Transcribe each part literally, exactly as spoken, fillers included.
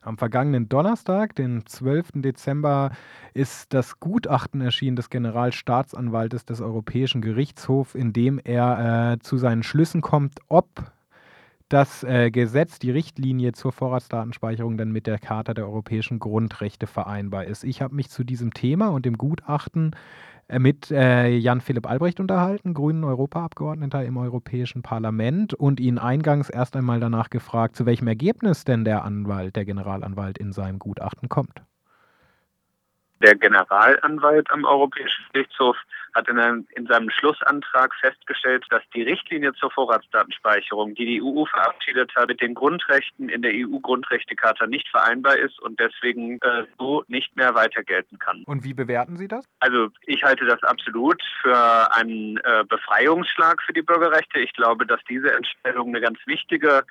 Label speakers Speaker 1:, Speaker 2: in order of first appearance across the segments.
Speaker 1: Am vergangenen Donnerstag, den zwölften Dezember, ist das Gutachten erschienen des Generalstaatsanwaltes des Europäischen Gerichtshofs, in dem er äh, zu seinen Schlüssen kommt, ob das äh, Gesetz, die Richtlinie zur Vorratsdatenspeicherung dann mit der Charta der europäischen Grundrechte vereinbar ist. Ich habe mich zu diesem Thema und dem Gutachten äh, mit äh, Jan-Philipp Albrecht unterhalten, grünen Europaabgeordneter im Europäischen Parlament, und ihn eingangs erst einmal danach gefragt, zu welchem Ergebnis denn der Anwalt, der Generalanwalt in seinem Gutachten kommt.
Speaker 2: Der Generalanwalt am Europäischen Gerichtshof hat in, einem, in seinem Schlussantrag festgestellt, dass die Richtlinie zur Vorratsdatenspeicherung, die die E U verabschiedet hat, mit den Grundrechten in der E U-Grundrechtecharta nicht vereinbar ist und deswegen äh, so nicht mehr weiter gelten kann.
Speaker 1: Und wie bewerten Sie das?
Speaker 2: Also ich halte das absolut für einen äh, Befreiungsschlag für die Bürgerrechte. Ich glaube, dass diese Entscheidung eine ganz wichtige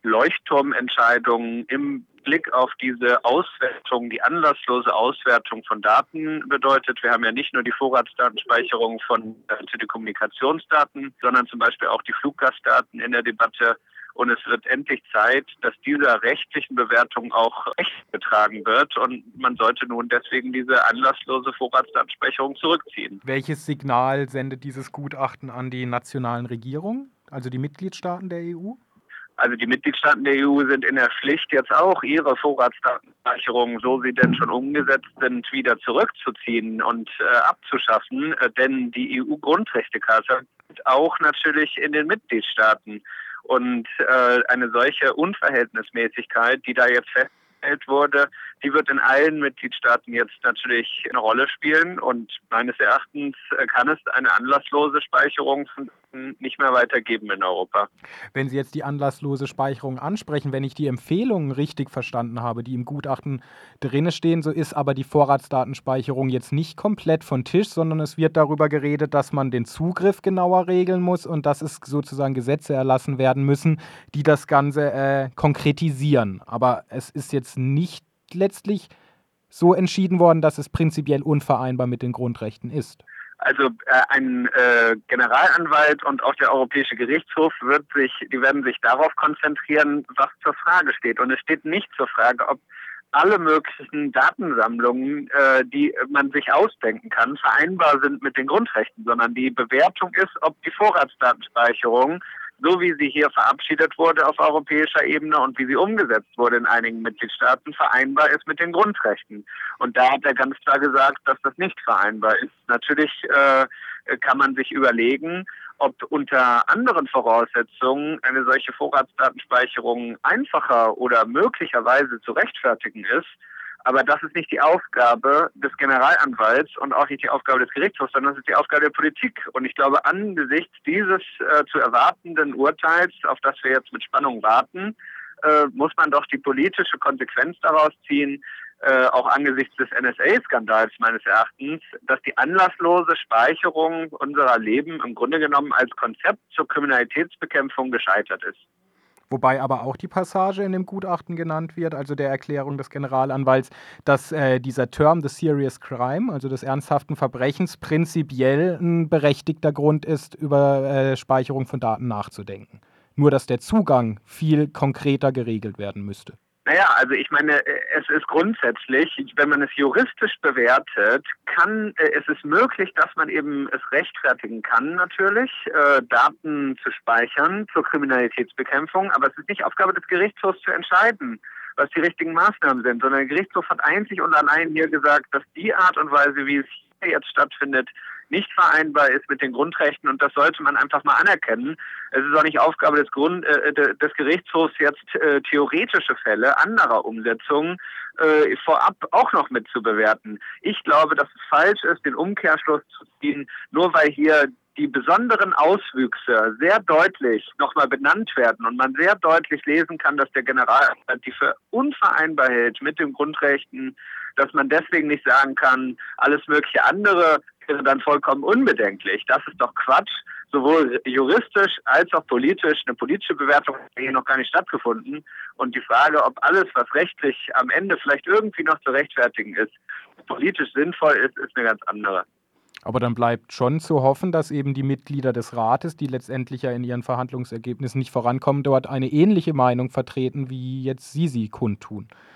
Speaker 2: Leuchtturmentscheidung im Blick auf diese Auswertung, die anlasslose Auswertung von Daten bedeutet. Wir haben ja nicht nur die Vorratsdatenspeicherung von äh, Telekommunikationsdaten, sondern zum Beispiel auch die Fluggastdaten in der Debatte. Und es wird endlich Zeit, dass dieser rechtlichen Bewertung auch Recht getragen wird. Und man sollte nun deswegen diese anlasslose Vorratsdatenspeicherung zurückziehen.
Speaker 1: Welches Signal sendet dieses Gutachten an die nationalen Regierungen, also die Mitgliedstaaten der E U?
Speaker 2: Also die Mitgliedstaaten der E U sind in der Pflicht, jetzt auch ihre Vorratsdatenspeicherung, so sie denn schon umgesetzt sind, wieder zurückzuziehen und äh, abzuschaffen. Äh, denn die E U-Grundrechtecharta gilt auch natürlich in den Mitgliedstaaten. Und äh, eine solche Unverhältnismäßigkeit, die da jetzt festgestellt wurde, die wird in allen Mitgliedstaaten jetzt natürlich eine Rolle spielen. Und meines Erachtens kann es eine anlasslose Speicherung von Daten nicht mehr weitergeben in Europa.
Speaker 1: Wenn Sie jetzt die anlasslose Speicherung ansprechen, wenn ich die Empfehlungen richtig verstanden habe, die im Gutachten drin stehen, so ist aber die Vorratsdatenspeicherung jetzt nicht komplett von Tisch, sondern es wird darüber geredet, dass man den Zugriff genauer regeln muss und dass es sozusagen Gesetze erlassen werden müssen, die das Ganze äh, konkretisieren. Aber es ist jetzt nicht letztlich so entschieden worden, dass es prinzipiell unvereinbar mit den Grundrechten ist.
Speaker 2: Also äh, ein äh, Generalanwalt und auch der Europäische Gerichtshof wird sich, die werden sich darauf konzentrieren, was zur Frage steht. Und es steht nicht zur Frage, ob alle möglichen Datensammlungen, äh, die man sich ausdenken kann, vereinbar sind mit den Grundrechten, sondern die Bewertung ist, ob die Vorratsdatenspeicherung, so wie sie hier verabschiedet wurde auf europäischer Ebene und wie sie umgesetzt wurde in einigen Mitgliedstaaten, vereinbar ist mit den Grundrechten. Und da hat er ganz klar gesagt, dass das nicht vereinbar ist. Natürlich äh, kann man sich überlegen, ob unter anderen Voraussetzungen eine solche Vorratsdatenspeicherung einfacher oder möglicherweise zu rechtfertigen ist. Aber das ist nicht die Aufgabe des Generalanwalts und auch nicht die Aufgabe des Gerichtshofs, sondern das ist die Aufgabe der Politik. Und ich glaube, angesichts dieses äh, zu erwartenden Urteils, auf das wir jetzt mit Spannung warten, äh, muss man doch die politische Konsequenz daraus ziehen, äh, auch angesichts des N S A-Skandals meines Erachtens, dass die anlasslose Speicherung unserer Leben im Grunde genommen als Konzept zur Kriminalitätsbekämpfung gescheitert ist.
Speaker 1: Wobei aber auch die Passage in dem Gutachten genannt wird, also der Erklärung des Generalanwalts, dass äh, dieser Term des Serious Crime, also des ernsthaften Verbrechens, prinzipiell ein berechtigter Grund ist, über äh, Speicherung von Daten nachzudenken. Nur, dass der Zugang viel konkreter geregelt werden müsste.
Speaker 2: Naja, also ich meine, es ist grundsätzlich, wenn man es juristisch bewertet, kann, es ist möglich, dass man eben es rechtfertigen kann, natürlich, äh, Daten zu speichern zur Kriminalitätsbekämpfung, aber es ist nicht Aufgabe des Gerichtshofs zu entscheiden, was die richtigen Maßnahmen sind, sondern der Gerichtshof hat einzig und allein hier gesagt, dass die Art und Weise, wie es hier jetzt stattfindet, nicht vereinbar ist mit den Grundrechten, und das sollte man einfach mal anerkennen. Es ist auch nicht Aufgabe des, Grund, äh, des Gerichtshofs, jetzt äh, theoretische Fälle anderer Umsetzungen äh, vorab auch noch mit zu bewerten. Ich glaube, dass es falsch ist, den Umkehrschluss zu ziehen, nur weil hier die besonderen Auswüchse sehr deutlich nochmal benannt werden und man sehr deutlich lesen kann, dass der Generalanwalt die für unvereinbar hält mit den Grundrechten, dass man deswegen nicht sagen kann, alles mögliche andere wäre dann vollkommen unbedenklich. Das ist doch Quatsch. Sowohl juristisch als auch politisch. Eine politische Bewertung hat hier noch gar nicht stattgefunden. Und die Frage, ob alles, was rechtlich am Ende vielleicht irgendwie noch zu rechtfertigen ist, politisch sinnvoll ist, ist eine ganz andere.
Speaker 1: Aber dann bleibt schon zu hoffen, dass eben die Mitglieder des Rates, die letztendlich ja in ihren Verhandlungsergebnissen nicht vorankommen, dort eine ähnliche Meinung vertreten, wie jetzt Sie sie kundtun.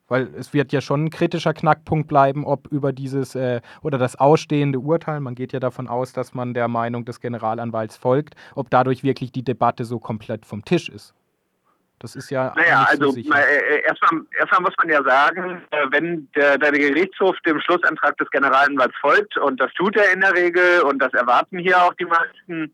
Speaker 1: Weil es wird ja schon ein kritischer Knackpunkt bleiben, ob über dieses äh, oder das ausstehende Urteil, man geht ja davon aus, dass man der Meinung des Generalanwalts folgt, ob dadurch wirklich die Debatte so komplett vom Tisch ist. Das ist ja
Speaker 2: Naja,
Speaker 1: nicht so
Speaker 2: also
Speaker 1: sicher.
Speaker 2: äh, erstmal, erstmal muss man ja sagen, äh, wenn der, der Gerichtshof dem Schlussantrag des Generalanwalts folgt, und das tut er in der Regel, und das erwarten hier auch die meisten,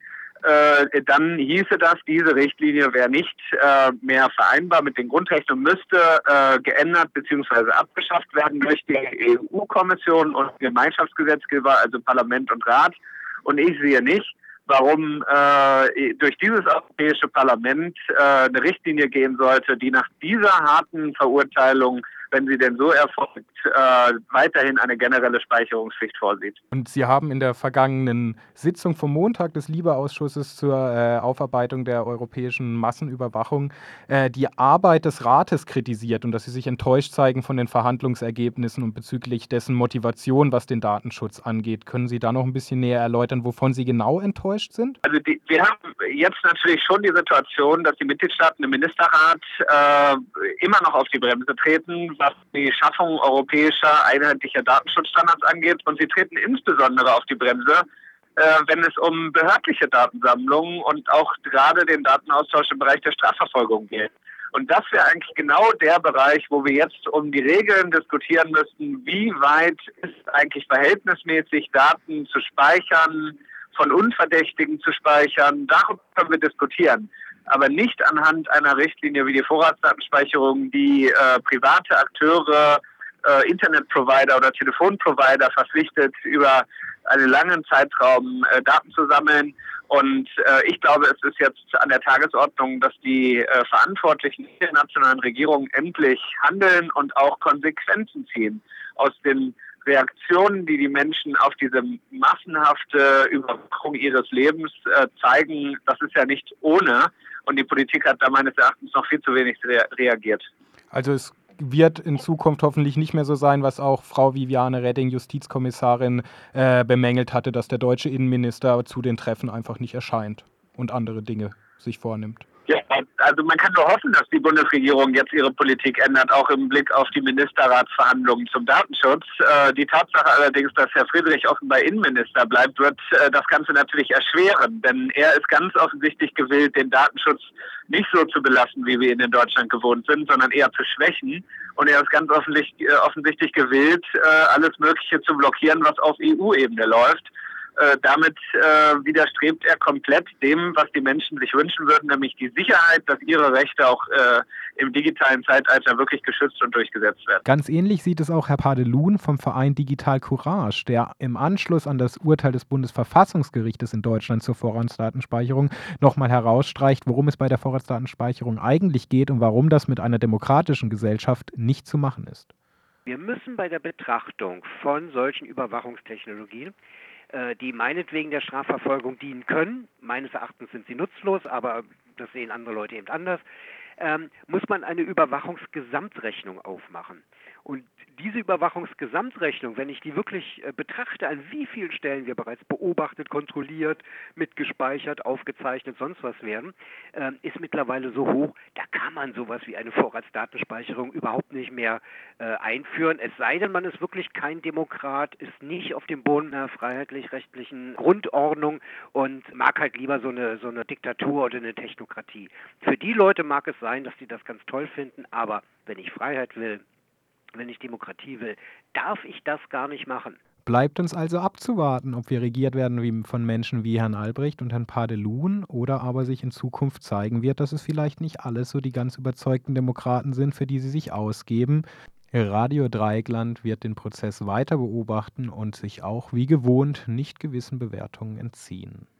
Speaker 2: äh, dann hieße das, diese Richtlinie wäre nicht äh, mehr vereinbar mit den Grundrechten und müsste äh, geändert bzw. abgeschafft werden durch die E U-Kommission und Gemeinschaftsgesetzgeber, also Parlament und Rat. Und ich sehe nicht, warum äh, durch dieses Europäische Parlament äh, eine Richtlinie gehen sollte, die nach dieser harten Verurteilung, wenn sie denn so erfolgt, äh, weiterhin eine generelle Speicherungspflicht vorsieht.
Speaker 1: Und Sie haben in der vergangenen Sitzung vom Montag des LIBE-Ausschusses zur äh, Aufarbeitung der europäischen Massenüberwachung äh, die Arbeit des Rates kritisiert und dass Sie sich enttäuscht zeigen von den Verhandlungsergebnissen und bezüglich dessen Motivation, was den Datenschutz angeht. Können Sie da noch ein bisschen näher erläutern, wovon Sie genau enttäuscht sind?
Speaker 2: Also die, wir haben jetzt natürlich schon die Situation, dass die Mitgliedstaaten im Ministerrat äh, immer noch auf die Bremse treten, was die Schaffung europäischer einheitlicher Datenschutzstandards angeht. Und sie treten insbesondere auf die Bremse, äh, wenn es um behördliche Datensammlungen und auch gerade den Datenaustausch im Bereich der Strafverfolgung geht. Und das wäre eigentlich genau der Bereich, wo wir jetzt um die Regeln diskutieren müssten, wie weit ist eigentlich verhältnismäßig Daten zu speichern, von Unverdächtigen zu speichern. Darüber können wir diskutieren. Aber nicht anhand einer Richtlinie wie die Vorratsdatenspeicherung, die äh, private Akteure, äh, Internetprovider oder Telefonprovider verpflichtet, über einen langen Zeitraum äh, Daten zu sammeln. Und äh, ich glaube, es ist jetzt an der Tagesordnung, dass die äh, Verantwortlichen der nationalen Regierungen endlich handeln und auch Konsequenzen ziehen aus den Reaktionen, die die Menschen auf diese massenhafte Überwachung ihres Lebens äh, zeigen. Das ist ja nicht ohne. Und die Politik hat da meines Erachtens noch viel zu wenig rea- reagiert.
Speaker 1: Also es wird in Zukunft hoffentlich nicht mehr so sein, was auch Frau Viviane Reding, Justizkommissarin, äh, bemängelt hatte, dass der deutsche Innenminister zu den Treffen einfach nicht erscheint und andere Dinge sich vornimmt.
Speaker 2: Ja, also man kann nur hoffen, dass die Bundesregierung jetzt ihre Politik ändert, auch im Blick auf die Ministerratsverhandlungen zum Datenschutz. Äh, die Tatsache allerdings, dass Herr Friedrich offenbar Innenminister bleibt, wird äh, das Ganze natürlich erschweren, denn er ist ganz offensichtlich gewillt, den Datenschutz nicht so zu belassen, wie wir ihn in Deutschland gewohnt sind, sondern eher zu schwächen. Und er ist ganz offensichtlich, äh, offensichtlich gewillt, äh, alles Mögliche zu blockieren, was auf E U-Ebene läuft. Äh, damit äh, widerstrebt er komplett dem, was die Menschen sich wünschen würden, nämlich die Sicherheit, dass ihre Rechte auch äh, im digitalen Zeitalter wirklich geschützt und durchgesetzt werden.
Speaker 1: Ganz ähnlich sieht es auch Herr Padelun vom Verein Digital Courage, der im Anschluss an das Urteil des Bundesverfassungsgerichtes in Deutschland zur Vorratsdatenspeicherung nochmal herausstreicht, worum es bei der Vorratsdatenspeicherung eigentlich geht und warum das mit einer demokratischen Gesellschaft nicht zu machen ist.
Speaker 3: Wir müssen bei der Betrachtung von solchen Überwachungstechnologien, die meinetwegen der Strafverfolgung dienen können, meines Erachtens sind sie nutzlos, aber das sehen andere Leute eben anders, ähm, muss man eine Überwachungsgesamtrechnung aufmachen. Und diese Überwachungsgesamtrechnung, wenn ich die wirklich äh, betrachte, an wie vielen Stellen wir bereits beobachtet, kontrolliert, mitgespeichert, aufgezeichnet, sonst was werden, äh, ist mittlerweile so hoch, da kann man sowas wie eine Vorratsdatenspeicherung überhaupt nicht mehr äh, einführen. Es sei denn, man ist wirklich kein Demokrat, ist nicht auf dem Boden einer freiheitlich-rechtlichen Grundordnung und mag halt lieber so eine, so eine Diktatur oder eine Technokratie. Für die Leute mag es sein, dass sie das ganz toll finden, aber wenn ich Freiheit will, wenn ich Demokratie will, darf ich das gar nicht machen.
Speaker 1: Bleibt uns also abzuwarten, ob wir regiert werden wie von Menschen wie Herrn Albrecht und Herrn Padelun oder aber sich in Zukunft zeigen wird, dass es vielleicht nicht alles so die ganz überzeugten Demokraten sind, für die sie sich ausgeben. Radio Dreieckland wird den Prozess weiter beobachten und sich auch wie gewohnt nicht gewissen Bewertungen entziehen.